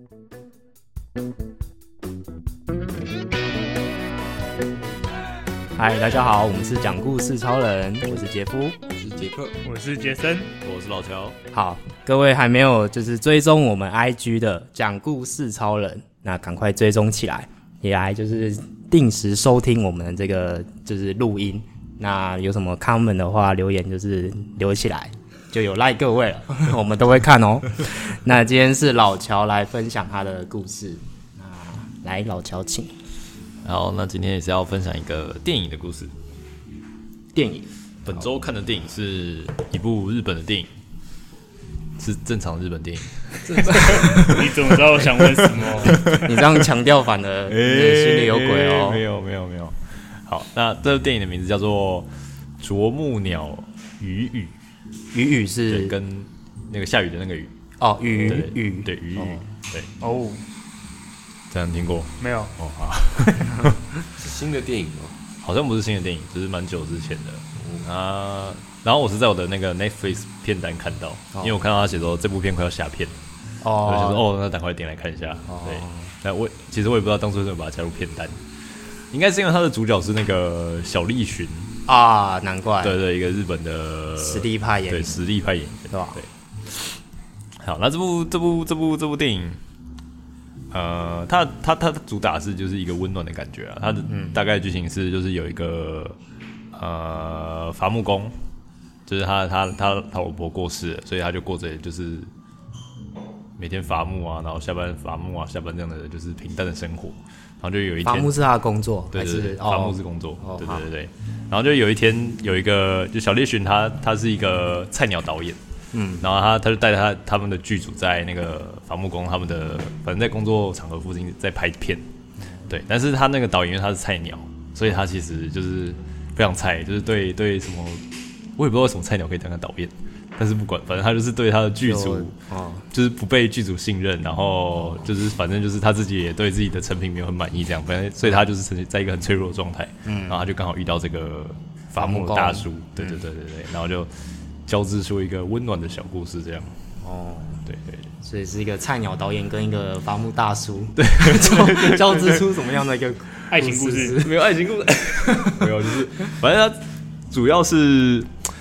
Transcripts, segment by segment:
嗨，大家好，我们是讲故事超人，我是杰夫， 我是杰克， 我是杰森， 我是老乔。 好，各位还没有就是追踪我们 IG 的讲故事超人，那赶快追踪起来，也来就是定时收听我们的这个就是录音。那有什么 comment 的话，留言就是留起来，就有赖各位了，我们都会看哦。那今天是老乔来分享他的故事，那来老乔请。 好，那今天也是要分享一个电影的故事。 电影， 本周看的电影是一部日本的电影，是正常的日本电影。 你怎么知道我想问什么？ 你这样强调反而你的心里有鬼哦。 没有。好，那这部电影的名字叫做《啄木鸟雨雨》。 雨雨是跟那个下雨的那个雨哦，雨对雨雨对哦， 这样听过没有？ 哦，好， 是新的电影吗？ 好像不是新的电影，只是蛮久之前的啊。然后我是在我的那个 Netflix 片单看到，因为我看到他写说这部片快要下片，我就想说那赶快点来看一下。对，那其实我也不知道当初为什么把它加入片单，应该是因为他的主角是那个小栗旬啊，难怪。 对，一个日本的实力派演员， 对实力派演员， 对吧？ 对。好，那这部电影，它主打是就是一个温暖的感觉啊。它的大概剧情是就是有一个伐木工，就是他老婆过世了，所以他就过着就是每天伐木啊，然后下班伐木啊，下班这样的就是平淡的生活。然后就有一天， 伐木是他的工作， 对，伐木是工作，对。然后就有一天有一个就小栗旬他是一个菜鸟导演。然后他就带着他们的剧组在那个伐木工他们的反正在工作场合附近在拍片，对。但是他那个导演因为他是菜鸟，所以他其实就是非常菜，就是对什么我也不知道为什么菜鸟可以当个导演，但是不管，反正他就是对他的剧组就是不被剧组信任，然后就是反正就是他自己也对自己的成品没有很满意这样，反正所以他就是在一个很脆弱的状态，然后他就刚好遇到这个伐木大叔，对，然后就交织出一个温暖的小故事，这样。对， 所以是一个菜鸟导演跟一个伐木大叔，对，交织出什么样的一个爱情故事？ 没有爱情故事，没有，就是反正他主要是，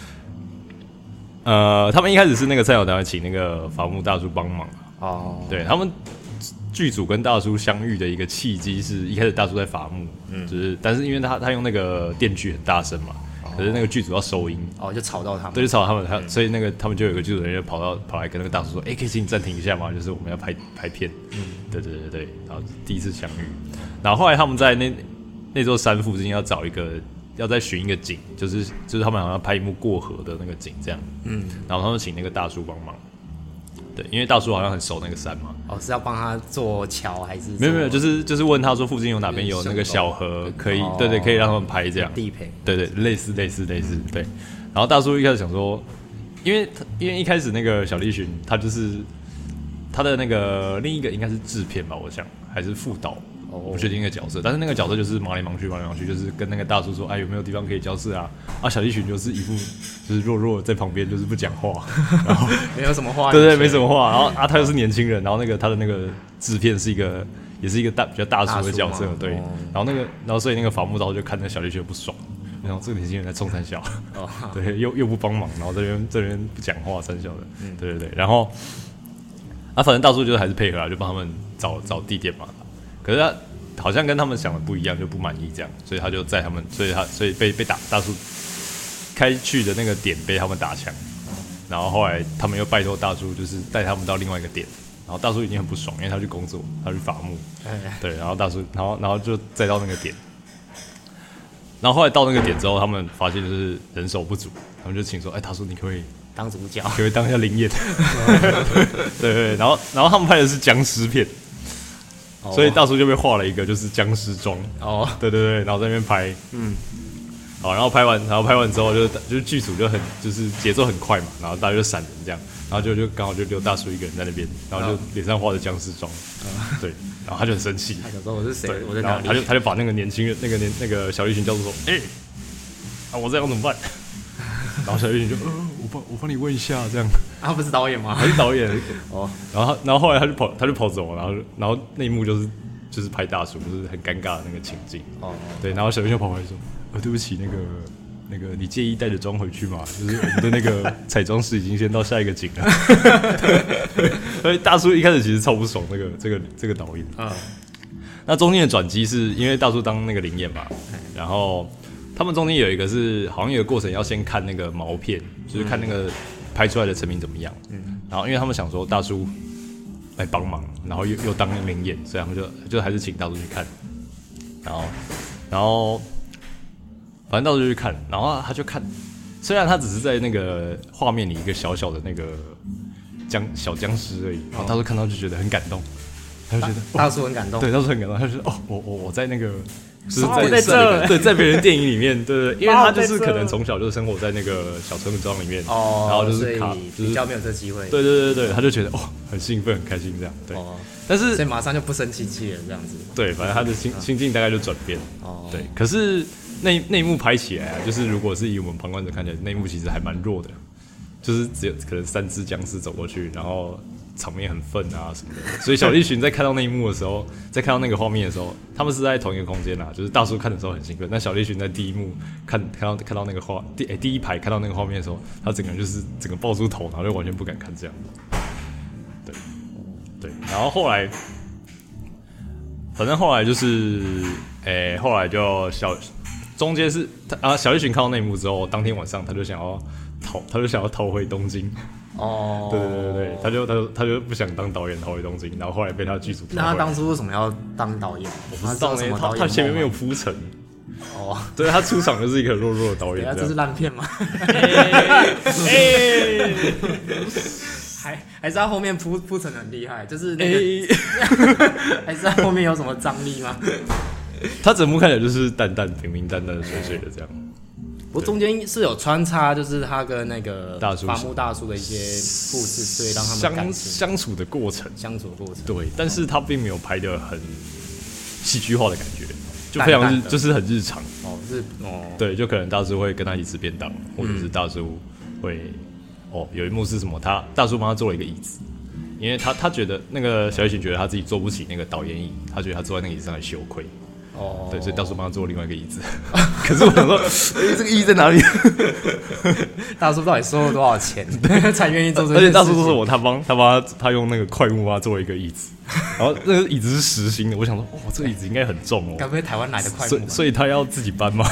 他们一开始是那个菜鸟导演请那个伐木大叔帮忙，对他们剧组跟大叔相遇的一个契机是一开始大叔在伐木，就是但是因为他用那个电锯很大声嘛。可是那个剧组要收音， 就吵到他们， 对，就吵到他们，所以那个他们就有一个剧组人员跑来跟那个大叔说：“可以请你暂停一下吗？就是我们要拍片。”对，然后第一次相遇，然后后来他们在那座山附近要找要再寻一个景，就是他们好像要拍一幕过河的那个景这样，然后他们请那个大叔帮忙，对，因为大叔好像很熟那个山嘛。 是要帮他做桥还是？ 没有，就是问他说附近有哪边有那个小河可以，对，可以让他们拍这样。 地陪， 对，类似，对。然后大叔一开始想说，因为一开始那个小栗旬他就是他的那个另一个应该是制片吧，我想还是副导。我不确定一个角色，但是那个角色就是忙来忙去，就是跟那个大叔说，有没有地方可以交涉啊？小栗旬就是一副就是弱在旁边，就是不讲话，然后没有什么话， 对，没什么话。然后他又是年轻人，然后他的那个制片也是一个比较大叔的角色，对。然后所以那个伐木刀就看那小栗旬不爽，然后这个年轻人在冲三小，对，又不帮忙，然后这边不讲话三小的，对。然后反正大叔就还是配合就帮他们找地点嘛。可是他好像跟他们想的不一样，就不满意这样，所以他就载他们，所以被大叔开去的那个点被他们打枪，然后后来他们又拜托大叔，就是带他们到另外一个点，然后大叔已经很不爽，因为他去工作，他去伐木，对，然后大叔，然后就再到那个点，然后后来到那个点之后，他们发现就是人手不足，他们就请说，大叔你可不可以当主角， 可以当一下灵验，对，然后他们拍的是僵尸片。所以大叔就被画了一个就是僵尸妆，对，然后在那边拍，好，然后拍完之后就是剧组就很就是节奏很快嘛，然后大家就闪人这样，然后就刚好就留大叔一个人在那边，然后就脸上画着僵尸妆，对，然后他就很生气， 他想说我是谁，我在哪里， 哪里， 他就把那个年轻人那个小栗旬叫做说，我这样怎么办？ 然后小叶群就我帮你问一下这样。 他不是导演吗？ 还是导演哦， 然后后来他就跑走了，然后那一幕就是拍大叔，就是很尴尬的那个情境。哦，对，然后小叶就跑回来说：“对不起，那个你介意带着妆回去吗？就是我们的那个彩妆师已经先到下一个景了。”所以大叔一开始其实超不爽这个导演。那中间的转机是因为大叔当那个灵验嘛，然后他们中间有一个是好像有一个过程要先看那个毛片，就是看那个拍出来的成品怎么样。然后因为他们想说大叔来帮忙，然后又当灵验，所以他们就还是请大叔去看。然后反正大叔就去看，然后他就看，虽然他只是在那个画面里一个小小的那个小僵尸而已，然后大叔看到就觉得很感动。他就觉得大叔很感动， 对，大叔很感动。他就觉得我在那个，就是我在这， 对，在别人电影里面，对，因为他就是可能从小就生活在那个小村庄里面，然后就是比较没有这机会。 对，他就觉得很兴奋，很开心这样。对，但是所以马上就不生气了这样子。 对，反正他的心境大概就转变。对，可是那一幕拍起来啊，就是如果是以我们旁观者看起来，那一幕其实还蛮弱的，就是只有可能3只僵尸走过去，然后场面很愤啊什么的，所以小栗旬在看到那一幕的时候，在看到那个画面的时候，他们是在同一个空间啊，就是大叔看的时候很兴奋，但小栗旬在第一幕看到那个第一排看到那个画面的时候，他整个人就是整个抱住头，然后就完全不敢看这样。对，然后后来，反正后来就是，后来就中间是小栗旬看到那一幕之后，当天晚上他就想要逃回东京。对，他就不想当导演逃回东京，然后后来被他剧组。 那他当初为什么要当导演？ 我不知道他前面没有铺陈。对，他出场就是一个弱弱的导演。 这是烂片吗？还是他后面铺陈很厉害，就是那个，还是他后面有什么张力吗？ 他整部看起来就是平平淡淡的水水的这样。 不过中间是有穿插，就是他跟那个伐木大叔的一些故事，所以让他们相处的过程。对，但是他并没有拍得很戏剧化的感觉，就非常就是很日常。对，就可能大叔会跟他一起吃便当，或者是大叔会有一幕是什么？大叔帮他做了一个椅子，因为他觉得那个小栗旬觉得他自己坐不起那个导演椅，他觉得他坐在那个椅子上很羞愧。对，所以大叔帮他做另外一个椅子。可是我想说，这个椅子在哪里？ 大叔到底收了多少钱才愿意做这个？ 而且大叔说他用那个快木帮他做了一个椅子，然后那个椅子是实心的。我想说，这个椅子应该很重哦。 该不会台湾来的快木？ 所以他要自己搬吗？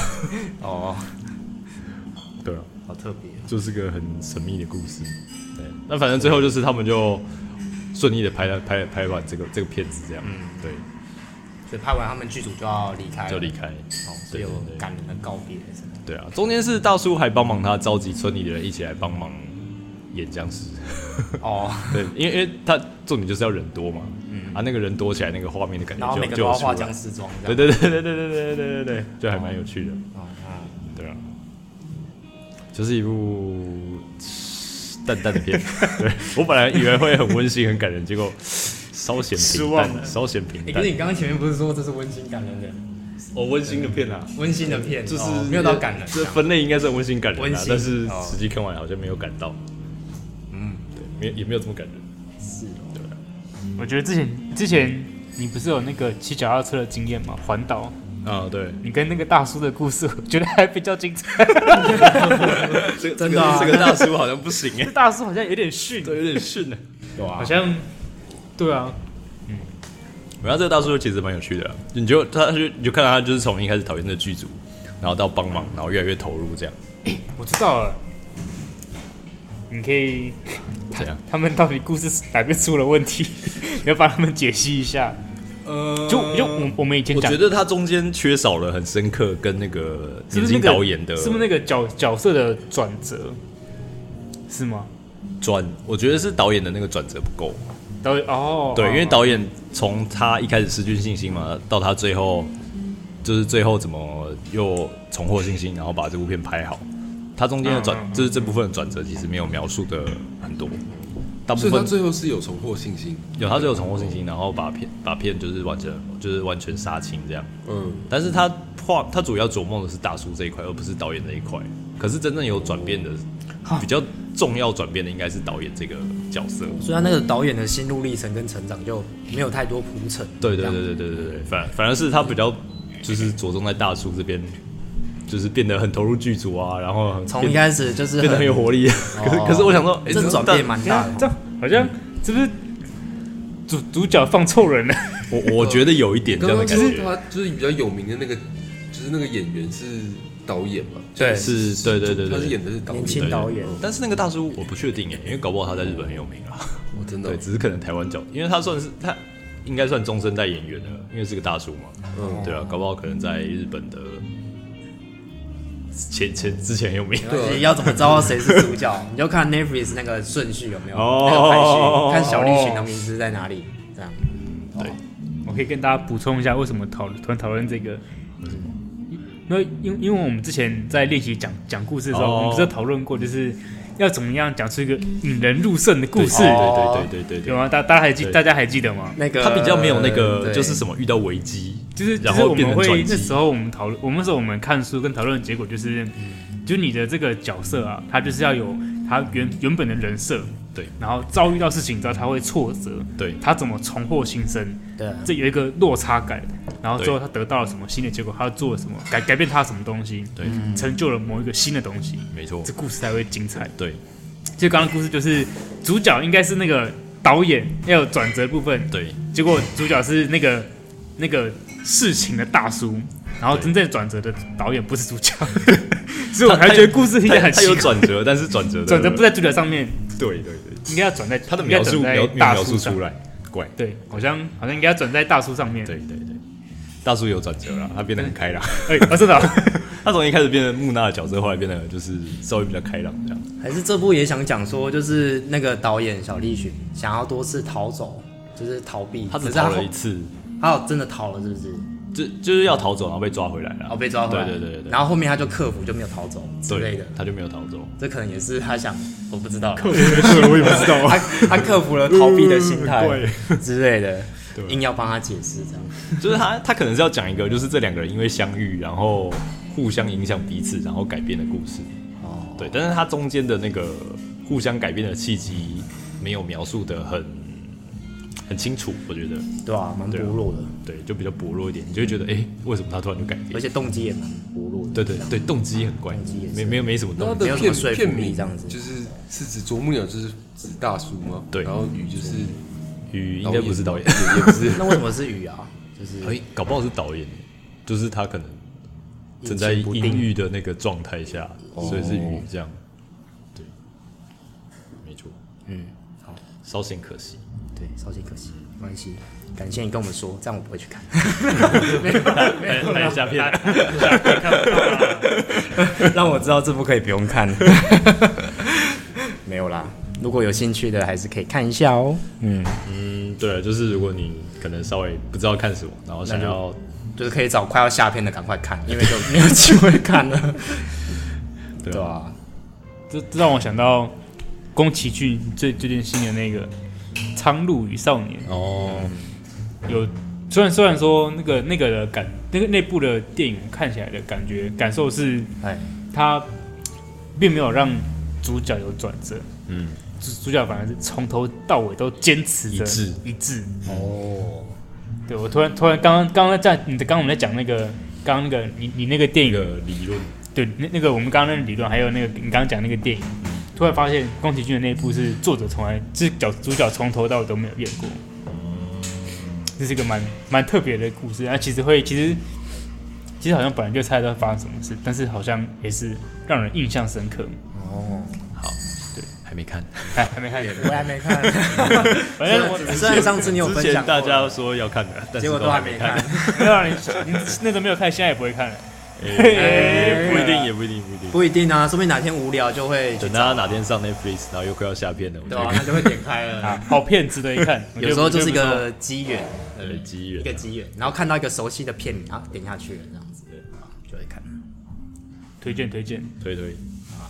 对啊， 好特别， 就是个很神秘的故事。对，那反正最后就是他们就顺利的拍完这个片子这样。对。 所以拍完他们剧组就要离开，所以有感人的告别什么。 对啊，中间是大叔还帮忙他召集村里的人一起来帮忙演僵尸。对，因为他重点就是要人多嘛，那个人多起来，那个画面的感觉就， 然后每个都要化僵尸妆， 对，就还蛮有趣的。对啊，就是一部淡淡的片。对，我本来以为会很温馨、很感人，结果。稍显平淡。可是你刚刚前面不是说这是温馨感人的？ 温馨的片啊， 温馨的片， 就是没有到感人。 这分类应该是温馨感人但是实际看完好像没有感到。对，也没有这么感人。 是， 对。 我觉得之前你不是有那个骑脚踏车的经验吗？环岛。 对， 你跟那个大叔的故事，我觉得还比较精彩。 真的，这个大叔好像不行哎， 大叔好像有点逊， 对，有点逊呢， 好像。对啊， 然后这个大叔其实蛮有趣的，你就看到他就是从一开始讨厌的剧组，然后到帮忙，然后越来越投入这样。 我知道了，你可以怎样？ 他们到底故事哪边出了问题？你要帮他们解析一下。就我们以前讲， 我觉得他中间缺少了很深刻跟那个年轻导演的， 是不是那个角色的转折？是吗？ 我觉得是导演的那个转折不够。 对， 因为导演从他一开始失去信心嘛，到他最后怎么又重获信心，然后把这部片拍好，他中间的就是这部分的转折其实没有描述的很多，大部分所以他最后是有重获信心， 他最后重获信心，然后把片就是完全杀青这样，但是他主要琢磨的是大叔这一块，而不是导演这一块， 可是真正有转变的，比较重要转变的应该是导演这个角色。 所以他那个导演的心路历程跟成长就没有太多铺陈。 对，反而是他比较就是着重在大叔这边。就是变得很投入剧组啊，然后从一开始就是变得很有活力。可是我想说， 这转变蛮大的。 这样好像是不是主角放错人了？ 我觉得有一点这样的感觉。 他就是比较有名的那个，就是那个演员是导演嘛？ 对， 是，对， 他是演的是导演， 年轻导演。 但是那个大叔我不确定因为搞不好他在日本很有名啊。 我真的对，只是可能台湾角，因为他应该算中生代演员了，因为是个大叔嘛。对啊，搞不好可能在日本的。之前很有名， 对，要怎么知道谁是主角？你就看 Netflix 那个顺序有没有那个排序，看小栗旬的名字在哪里，这样。 对， 我可以跟大家补充一下，为什么突然讨论这个？因为我们之前在练习讲故事的时候，我们不是讨论过，就是要怎么样讲出一个引人入胜的故事？ 对， 有吗？大家还记得吗？ 那个他比较没有那个，就是什么遇到危机。 就是我们会那时候我们讨论，那时候我们看书跟讨论的结果就是，就你的这个角色啊，他就是要有他原本的人设， 对， 然后遭遇到事情之后他会挫折， 对， 他怎么重获新生， 对， 这有一个落差感，然后最后他得到了什么新的结果，他做了什么改变他什么东西， 对， 成就了某一个新的东西， 没错， 这故事才会精彩。 对， 就刚刚故事就是主角应该是那个导演要有转折部分， 对， 结果主角是那个事情的大叔，然后真正转折的导演不是主角，所以我才觉得故事听起来很奇怪。 他有转折，但是转折不在主角上面。 对， 应该要转在他的描述出来，怪。 对，好像应该要转在大叔上面。 对，大叔有转折了，他变得很开朗。 真的， 他从一开始变成木讷的角色，后来变得就是稍微比较开朗这样。 还是这部也想讲说，就是那个导演小栗旬想要多次逃走，就是逃避， 他只逃了一次。 他有真的逃了，是不是？ 就是要逃走，然后被抓回来了。 被抓回来。 对。 然后后面他就克服，就没有逃走之类的。 他就没有逃走。 这可能也是他想，我不知道。 克服我也不知道。 他克服了逃避的心态之类的，硬要帮他解释这样。 就是他可能是要讲一个，就是这两个人因为相遇，然后互相影响彼此，然后改变的故事。对，但是他中间的那个互相改变的契机没有描述的很清楚，我觉得， 对啊，蛮薄弱的， 对，就比较薄弱一点，你就会觉得，为什么他突然就改变？ 而且动机也蛮薄弱的， 对，动机很怪，没什么动机， 没有什么说服力这样子， 就是指啄木鸟，就是指大叔吗？ 对， 然后雨就是雨应该不是导演， 也不是，那为什么是雨啊？就是搞不好是导演，就是他可能正在阴郁的那个状态下，所以是雨这样，对，没错， 好， 稍显可惜。 对，稍显可惜，没关系。感谢你跟我们说，这样我不会去看。 没有下片， 让我知道这部可以不用看。没有啦，如果有兴趣的，还是可以看一下哦。 对，就是如果你可能稍微不知道看什么，然后想要， 就是可以找快要下片的赶快看，因为就没有机会看了。对啊， 这让我想到宫崎骏最近新的那个。苍鹭与少年有虽然说那个的那部的电影看起来的感受是，他并没有让主角有转折，主角反而是从头到尾都坚持着一致。对，我突然刚刚在我们在讲那个你那个电影的理论， 对，那个我们刚刚那个理论，还有那个你刚刚讲那个电影。突然发现宫崎骏的那一部是作者主角从头到尾都没有演过，这是一个蛮特别的故事。其实好像本来就猜到发生什么事，但是好像也是让人印象深刻。 好，对，还没看， 还没看， 我还没看。 反正虽然上次你有分享，之前大家说要看的，但是结果都还没看。 没有你那个没有看，现在也不会看了。 不一定啊，说不定哪天无聊就会等他哪天上 Netflix， 然后又快要下片了， 对啊，他就会点开了。 好片值得一看， 有时候就是一个机缘， 一个机缘，然后看到一个熟悉的片名，然后点下去了，这样子就会看。 推荐啊！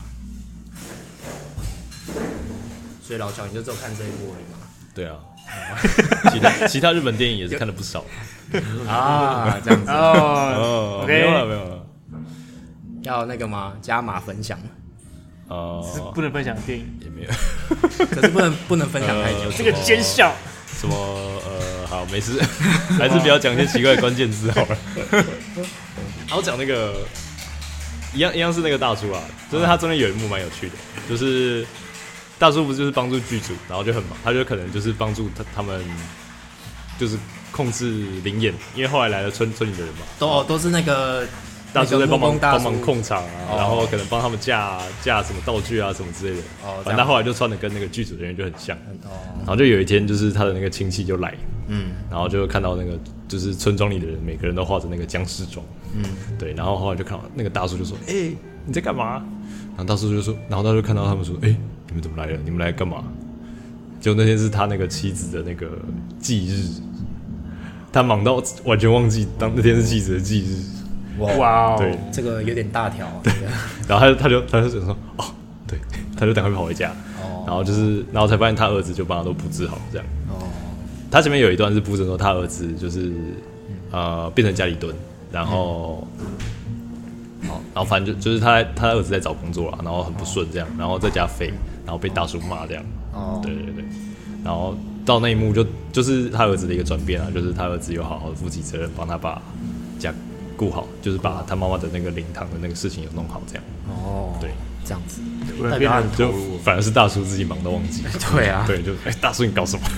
所以老乔你就只有看这一部而已嘛？ 对啊，其他日本电影也是看了不少啊，这样子哦， 没有了。 要那个吗？加码分享？ 是不能分享的电影， 也没有， 可是不能分享太久。 这个奸笑。 什么好没事，还是不要讲一些奇怪的关键字好了。然后讲那个一样是那个大叔啊，就是他中间有一幕蛮有趣的，就是大叔不就是帮助剧组，然后就很忙，他就可能就是帮助他们就是控制灵眼，因为后来来了村里的人嘛， 都是那个。 大叔在帮忙控场啊， 哦、 然后可能帮他们架什么道具啊什么之类的。反正他后来就穿的跟那个剧组人员就很像。然后就有一天，就是他的那个亲戚就来，然后就看到那个就是村庄里的人，每个人都化着那个僵尸妆，对。然后后来就看到那个大叔就说：“你在干嘛？”然后大叔就说，然后他就看到他们说：“你们怎么来了？你们来干嘛？”结果那天是他那个妻子的那个忌日，他忙到完全忘记那天是妻子的忌日。 哇， 对， 这个有点大条。 对，然后他就想说，对，他就赶快跑回家，然后才发现他儿子就帮他都布置好这样。他前面有一段是布置说他儿子就是变成家里蹲，然后反正就是他儿子在找工作啦，然后很不顺这样，然后在家飞，然后被大叔骂这样。对，然后到那一幕就是他儿子的一个转变啊，就是他儿子有好好的负起责任，帮他把家顾好，就是把他妈妈的那个灵堂的那个事情有弄好，这样。对， 这样子， 就反而是大叔自己忙到忘记。 对啊， 对，就大叔你搞什么？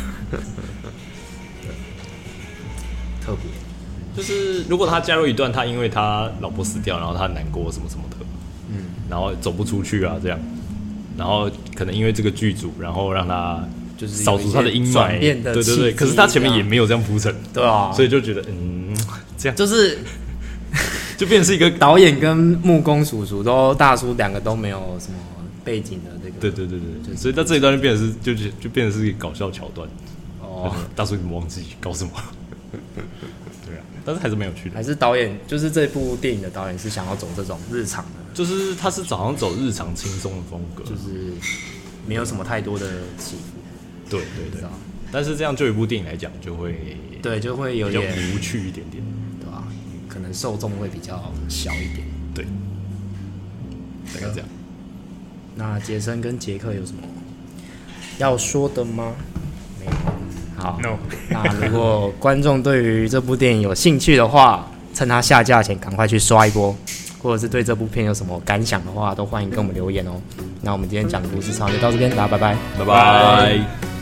特别， 就是如果他加入一段，他因为他老婆死掉，然后他难过什么什么的，然后走不出去啊，这样，然后可能因为这个剧组，然后让他就是扫除他的阴霾，对，可是他前面也没有这样铺陈， 对啊， 所以就觉得这样就是。 就变成是一个导演跟木工叔叔大叔两个都没有什么背景的这个， 对，所以到这一段就变成是就变成是一个搞笑桥段。大叔你怎么忘记搞什么？对啊，但是还是蛮有趣的。 还是导演就是这部电影的导演是想要走这种日常的， 就是他是好像走日常轻松的风格， 就是没有什么太多的起伏。 对，但是这样就一部电影来讲，就会有点无趣一点点。 可能受众会比较小一点， 对，大概这样。 那杰森跟杰克有什么要说的吗？没有。好 ，No。 那如果观众对于这部电影有兴趣的话，趁它下架前赶快去刷一波，或者是对这部片有什么感想的话，都欢迎跟我们留言哦。那我们今天讲故事超就到这边，大家拜拜， 拜拜。